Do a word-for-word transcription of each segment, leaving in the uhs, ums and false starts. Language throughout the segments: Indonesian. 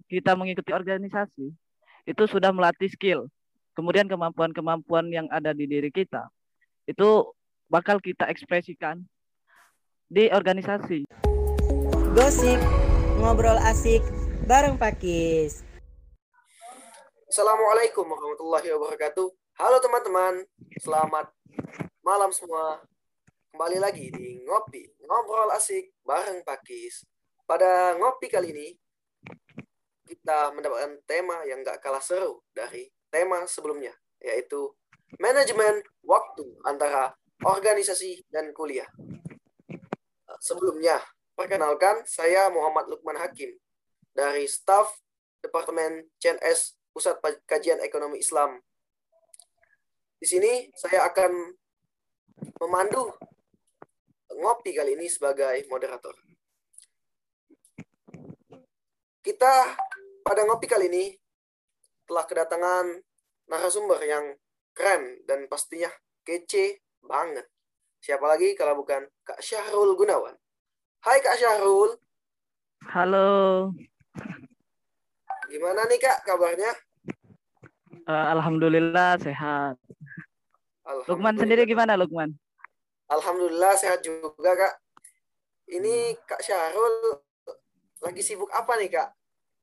kita mengikuti organisasi, itu sudah melatih skill. Kemudian kemampuan-kemampuan yang ada di diri kita, itu bakal kita ekspresikan di organisasi. Gosip, ngobrol asik bareng Pakis. Assalamualaikum warahmatullahi wabarakatuh. Halo teman-teman, selamat malam semua. Kembali lagi di Ngopi, ngobrol asik bareng Pakis. Pada ngopi kali ini, kita mendapatkan tema yang gak kalah seru dari tema sebelumnya, yaitu manajemen waktu antara organisasi dan kuliah. Sebelumnya, perkenalkan, saya Muhammad Lukman Hakim dari staf Departemen C N S Pusat Kajian Ekonomi Islam. Di sini saya akan memandu ngopi kali ini sebagai moderator. Kita pada ngopi kali ini telah kedatangan narasumber yang keren dan pastinya kece banget. Siapa lagi kalau bukan Kak Syahrul Gunawan. Hai Kak Syahrul. Halo. Gimana nih Kak kabarnya? Uh, Alhamdulillah sehat. Alhamdulillah. Lukman sendiri gimana Lukman? Alhamdulillah sehat juga Kak. Ini Kak Syahrul lagi sibuk apa nih Kak?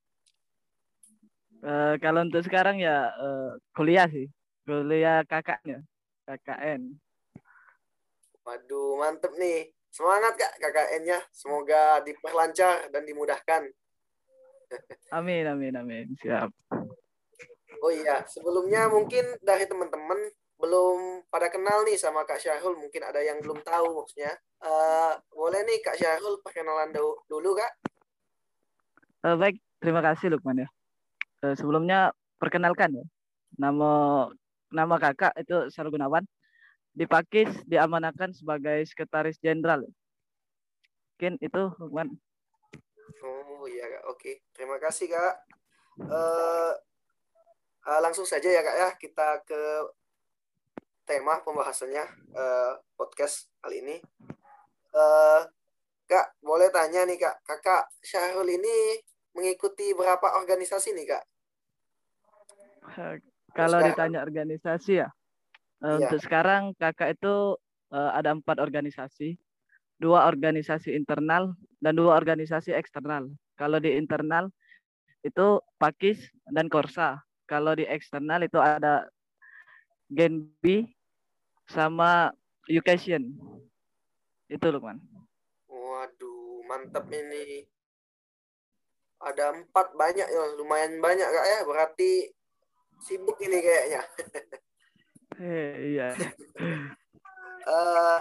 Uh, kalau untuk sekarang ya uh, kuliah sih. Kuliah kakaknya. K K N. Waduh mantep nih. Semangat Kak K K N-nya. Semoga diperlancar dan dimudahkan. Amin, amin, amin. Siap. Oh iya, sebelumnya mungkin dari teman-teman belum pada kenal nih sama Kak Syahrul. Mungkin ada yang belum tahu maksudnya. Uh, boleh nih Kak Syahrul perkenalan dulu Kak? Uh, baik, terima kasih Lukman ya. Uh, sebelumnya perkenalkan ya. Nama nama kakak itu Syahrul Gunawan. Di Pakis diamanahkan sebagai sekretaris jenderal. Mungkin itu Lukman. Oh iya Kak, oke. Terima kasih Kak. Uh, uh, langsung saja ya Kak ya, kita ke tema pembahasannya uh, podcast kali ini. Uh, Kak, boleh tanya nih Kak, Kakak Syahrul ini mengikuti berapa organisasi nih Kak? Uh, kalau sekarang ditanya organisasi ya, uh, iya. Untuk sekarang kakak itu uh, ada empat organisasi. Dua organisasi internal dan dua organisasi eksternal. Kalau di internal itu Pakis dan Korsa. Kalau di eksternal itu ada Genbi sama Education. Itu Lukman. Waduh, mantap ini. Ada empat, banyak ya, lumayan banyak Kak ya. Berarti sibuk ini kayaknya. Hey, iya. uh,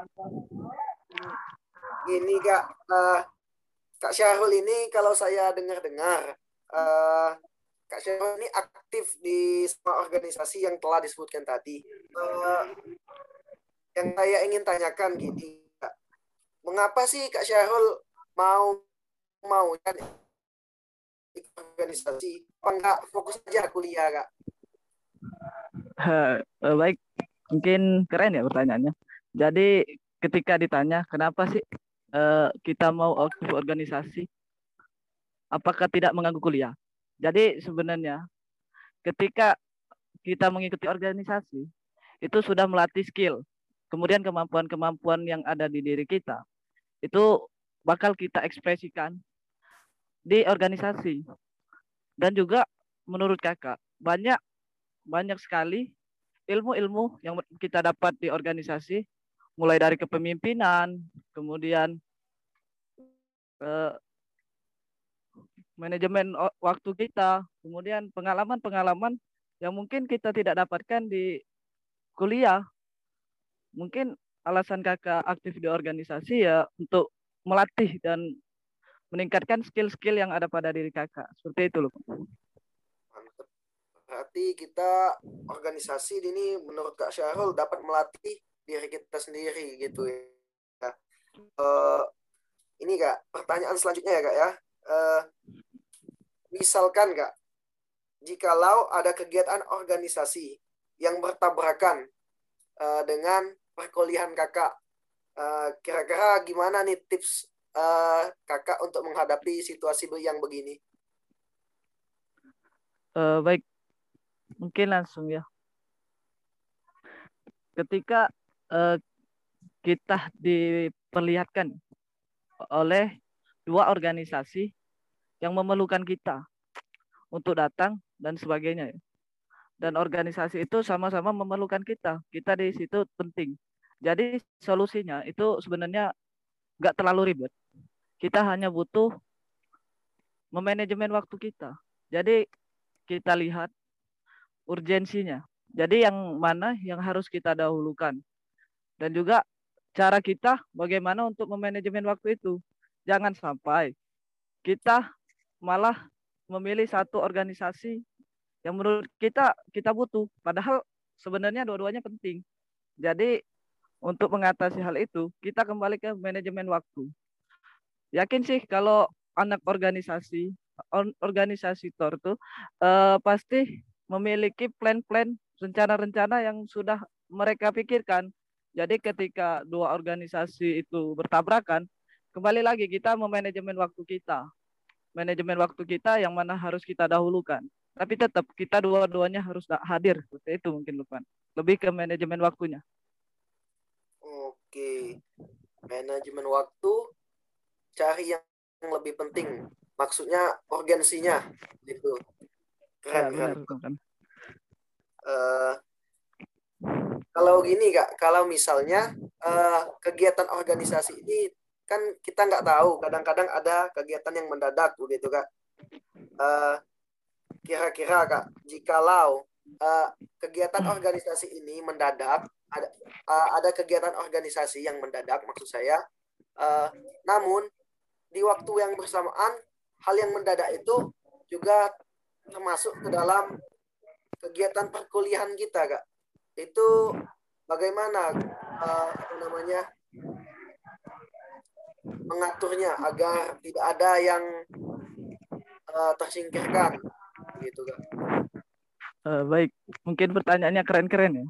Gini Kak, uh, Kak Syahrul ini kalau saya dengar-dengar, uh, Kak Syahrul ini aktif di semua organisasi yang telah disebutkan tadi. Uh, yang saya ingin tanyakan gini, Kak, mengapa sih Kak Syahrul mau mau kan organisasi? Apa enggak fokus aja kuliah Kak? Uh, uh, baik, mungkin keren ya pertanyaannya. Jadi ketika ditanya kenapa sih uh, kita mau aktif organisasi, apakah tidak mengganggu kuliah? Jadi sebenarnya ketika kita mengikuti organisasi itu sudah melatih skill, kemudian kemampuan-kemampuan yang ada di diri kita itu bakal kita ekspresikan di organisasi. Dan juga menurut kakak banyak banyak sekali ilmu-ilmu yang kita dapat di organisasi, mulai dari kepemimpinan, kemudian eh, manajemen waktu kita, kemudian pengalaman-pengalaman yang mungkin kita tidak dapatkan di kuliah. Mungkin alasan kakak aktif di organisasi ya untuk melatih dan meningkatkan skill-skill yang ada pada diri kakak. Seperti itu loh. Mantap. Berarti kita organisasi ini menurut Kak Syahrul dapat melatih diri kita sendiri gitu ya. Uh, ini Kak, pertanyaan selanjutnya ya Kak ya. Uh, misalkan Kak, jikalau ada kegiatan organisasi yang bertabrakan uh, dengan perkuliahan kakak, uh, kira-kira gimana nih tips uh, kakak untuk menghadapi situasi yang begini? Eh, baik, mungkin langsung ya. Ketika eh, kita diperlihatkan oleh dua organisasi yang memerlukan kita untuk datang dan sebagainya, ya. Dan organisasi itu sama-sama memerlukan kita. Kita di situ penting. Jadi solusinya itu sebenarnya nggak terlalu ribet. Kita hanya butuh memanajemen waktu kita. Jadi kita lihat urgensinya. Jadi yang mana yang harus kita dahulukan. Dan juga cara kita bagaimana untuk memanajemen waktu itu. Jangan sampai kita malah memilih satu organisasi yang menurut kita kita butuh. Padahal sebenarnya dua-duanya penting. Jadi untuk mengatasi hal itu, kita kembali ke manajemen waktu. Yakin sih kalau anak organisasi, organisasi Tor tuh eh, pasti memiliki plan-plan, rencana-rencana yang sudah mereka pikirkan. Jadi ketika dua organisasi itu bertabrakan, kembali lagi kita memanajemen waktu kita. Manajemen waktu kita yang mana harus kita dahulukan. Tapi tetap kita dua-duanya harus hadir. Seperti itu mungkin Lukman. Lebih ke manajemen waktunya. Oke, manajemen waktu, cari yang lebih penting. Maksudnya urgensinya, gitu. Ya, Keren, keren. benar kan. Uh, kalau gini Kak, kalau misalnya uh, kegiatan organisasi ini kan kita nggak tahu, kadang-kadang ada kegiatan yang mendadak begitu Kak. Uh, kira-kira Kak, jikalau uh, kegiatan organisasi ini mendadak, ada uh, ada kegiatan organisasi yang mendadak maksud saya, uh, namun di waktu yang bersamaan hal yang mendadak itu juga termasuk ke dalam kegiatan perkuliahan kita Kak. Itu bagaimana uh, apa namanya mengaturnya agar tidak ada yang uh, tersingkirkan gitu Kak. Uh, baik, mungkin pertanyaannya keren-keren ya.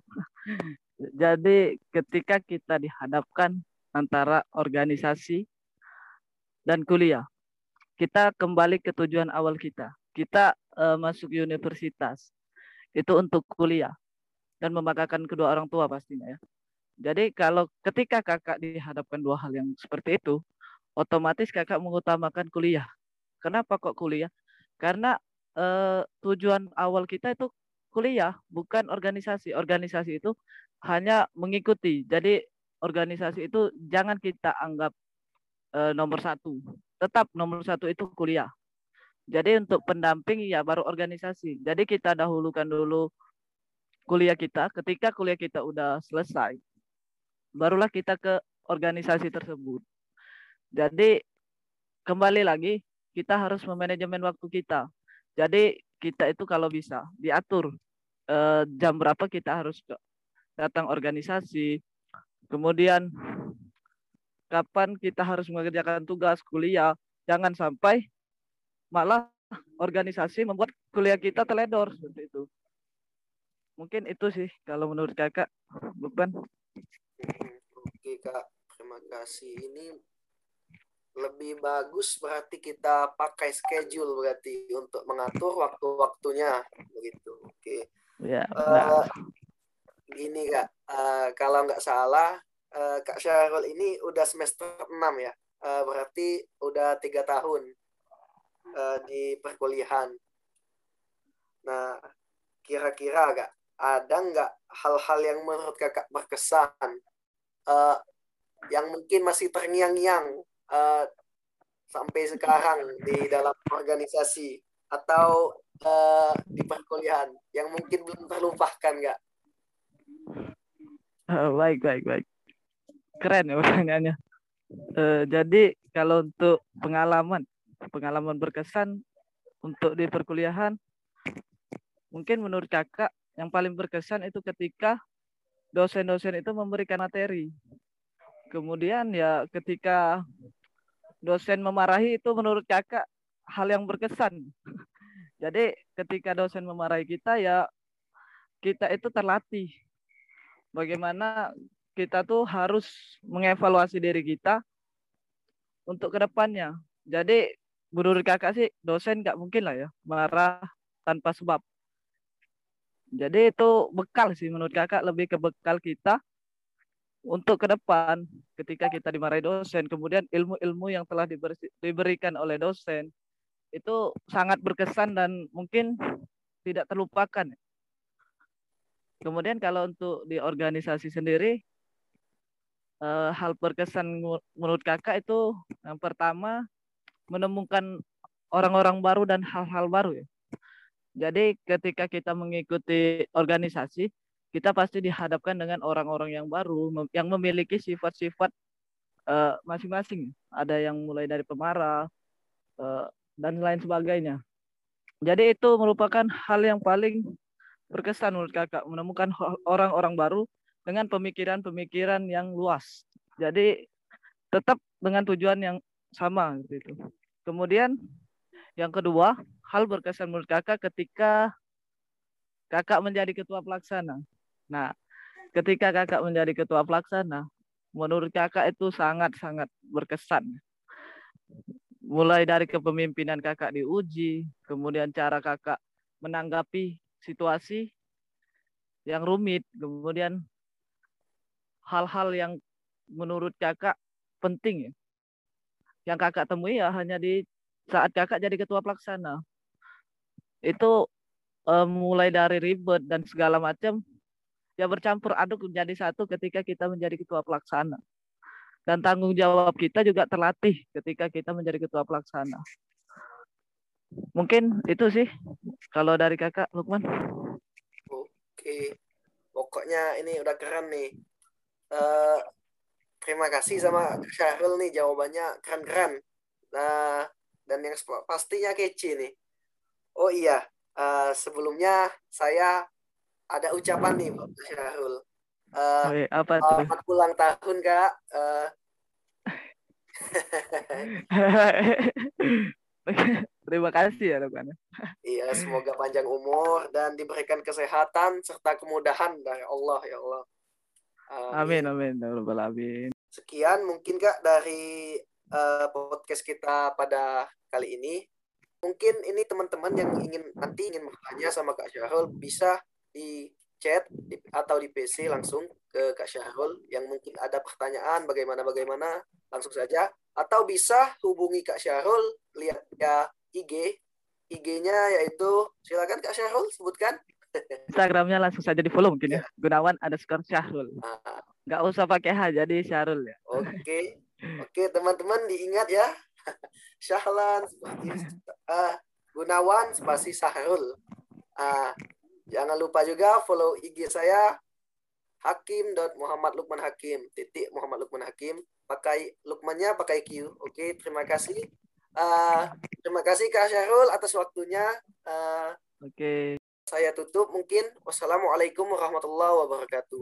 Jadi ketika kita dihadapkan antara organisasi dan kuliah, kita kembali ke tujuan awal kita. Kita uh, masuk universitas itu untuk kuliah dan membanggakan kedua orang tua pastinya ya. Jadi kalau ketika kakak dihadapkan dua hal yang seperti itu, otomatis kakak mengutamakan kuliah. Kenapa kok kuliah? Karena uh, tujuan awal kita itu kuliah, bukan organisasi. Organisasi itu hanya mengikuti. Jadi organisasi itu jangan kita anggap uh, nomor satu. Tetap nomor satu itu kuliah. Jadi untuk pendamping ya baru organisasi. Jadi kita dahulukan dulu kuliah kita. Ketika kuliah kita udah selesai, barulah kita ke organisasi tersebut. Jadi kembali lagi kita harus memanajemen waktu kita. Jadi kita itu kalau bisa diatur eh, jam berapa kita harus datang organisasi, kemudian kapan kita harus mengerjakan tugas kuliah. Jangan sampai malah organisasi membuat kuliah kita teledor seperti itu. Mungkin itu sih kalau menurut kakak, bukan? Oke Kak, terima kasih. Ini lebih bagus berarti kita pakai schedule berarti untuk mengatur waktu-waktunya begitu. Oke. Ya, uh, gini Kak, uh, kalau nggak salah uh, Kak Syahrul ini udah semester enam ya. Uh, berarti udah tiga tahun uh, di perkuliahan. Nah, kira-kira Kak, ada nggak hal-hal yang menurut Kakak berkesan uh, yang mungkin masih terngiang-ngiang Uh, sampai sekarang di dalam organisasi atau uh, di perkuliahan yang mungkin belum terlupakan nggak? Uh, baik baik baik, keren ya pertanyaannya. Uh, jadi kalau untuk pengalaman pengalaman berkesan untuk di perkuliahan, mungkin menurut kakak yang paling berkesan itu ketika dosen-dosen itu memberikan materi. Kemudian ya ketika dosen memarahi itu menurut kakak hal yang berkesan. Jadi ketika dosen memarahi kita ya kita itu terlatih. Bagaimana kita tuh harus mengevaluasi diri kita untuk kedepannya. Jadi menurut kakak sih dosen nggak mungkin lah ya marah tanpa sebab. Jadi itu bekal sih menurut kakak, lebih ke bekal kita untuk ke depan ketika kita dimarahi dosen, kemudian ilmu-ilmu yang telah diberi, diberikan oleh dosen itu sangat berkesan dan mungkin tidak terlupakan. Kemudian kalau untuk di organisasi sendiri, eh, hal berkesan menurut kakak itu yang pertama menemukan orang-orang baru dan hal-hal baru ya. Jadi ketika kita mengikuti organisasi, kita pasti dihadapkan dengan orang-orang yang baru, yang memiliki sifat-sifat uh, masing-masing. Ada yang mulai dari pemarah uh, dan lain sebagainya. Jadi itu merupakan hal yang paling berkesan menurut kakak, menemukan orang-orang baru dengan pemikiran-pemikiran yang luas. Jadi tetap dengan tujuan yang sama gitu. Kemudian yang kedua, hal berkesan menurut kakak ketika kakak menjadi ketua pelaksana. Nah, ketika kakak menjadi ketua pelaksana, menurut kakak itu sangat-sangat berkesan. Mulai dari kepemimpinan kakak diuji, kemudian cara kakak menanggapi situasi yang rumit, kemudian hal-hal yang menurut kakak penting ya, yang kakak temui ya hanya di saat kakak jadi ketua pelaksana. Itu uh, mulai dari ribet dan segala macam ya bercampur aduk menjadi satu ketika kita menjadi ketua pelaksana. Dan tanggung jawab kita juga terlatih ketika kita menjadi ketua pelaksana. Mungkin itu sih kalau dari kakak Lukman. Oke, pokoknya ini udah keren nih. Uh, terima kasih sama Syahrul nih, jawabannya keren-keren. Nah, dan yang pastinya kece nih. Oh iya, uh, sebelumnya saya ada ucapan nih Pak Syahrul. Uh, Oke, apa selamat tuh? ulang tahun Kak. Uh, Terima kasih ya Lukman. Iya, semoga panjang umur dan diberikan kesehatan serta kemudahan dari Allah ya Allah. Amin amin amin. Sekian mungkin Kak dari uh, podcast kita pada kali ini. Mungkin ini teman-teman yang ingin nanti ingin bertanya sama Kak Syahrul bisa di chat di, atau di P C langsung ke Kak Syahrul yang mungkin ada pertanyaan bagaimana-bagaimana langsung saja, atau bisa hubungi Kak Syahrul lihat ya I G I G-nya yaitu silakan Kak Syahrul sebutkan. Instagramnya langsung saja di follow mungkin ya, ya. Gunawan underscore Syahrul. Nah. Nggak usah pakai H jadi Syahrul ya. Oke oke teman-teman diingat ya. Syahlan seperti uh, Gunawan spasi Syahrul. Uh, jangan lupa juga follow I G saya hakim dot muhammad lukman hakim titik muhammad lukman hakim, pakai Lukmannya pakai Q. Oke, terima kasih. Uh, terima kasih Kak Syahrul atas waktunya. Uh, Oke. Saya tutup mungkin. Wassalamualaikum warahmatullahi wabarakatuh.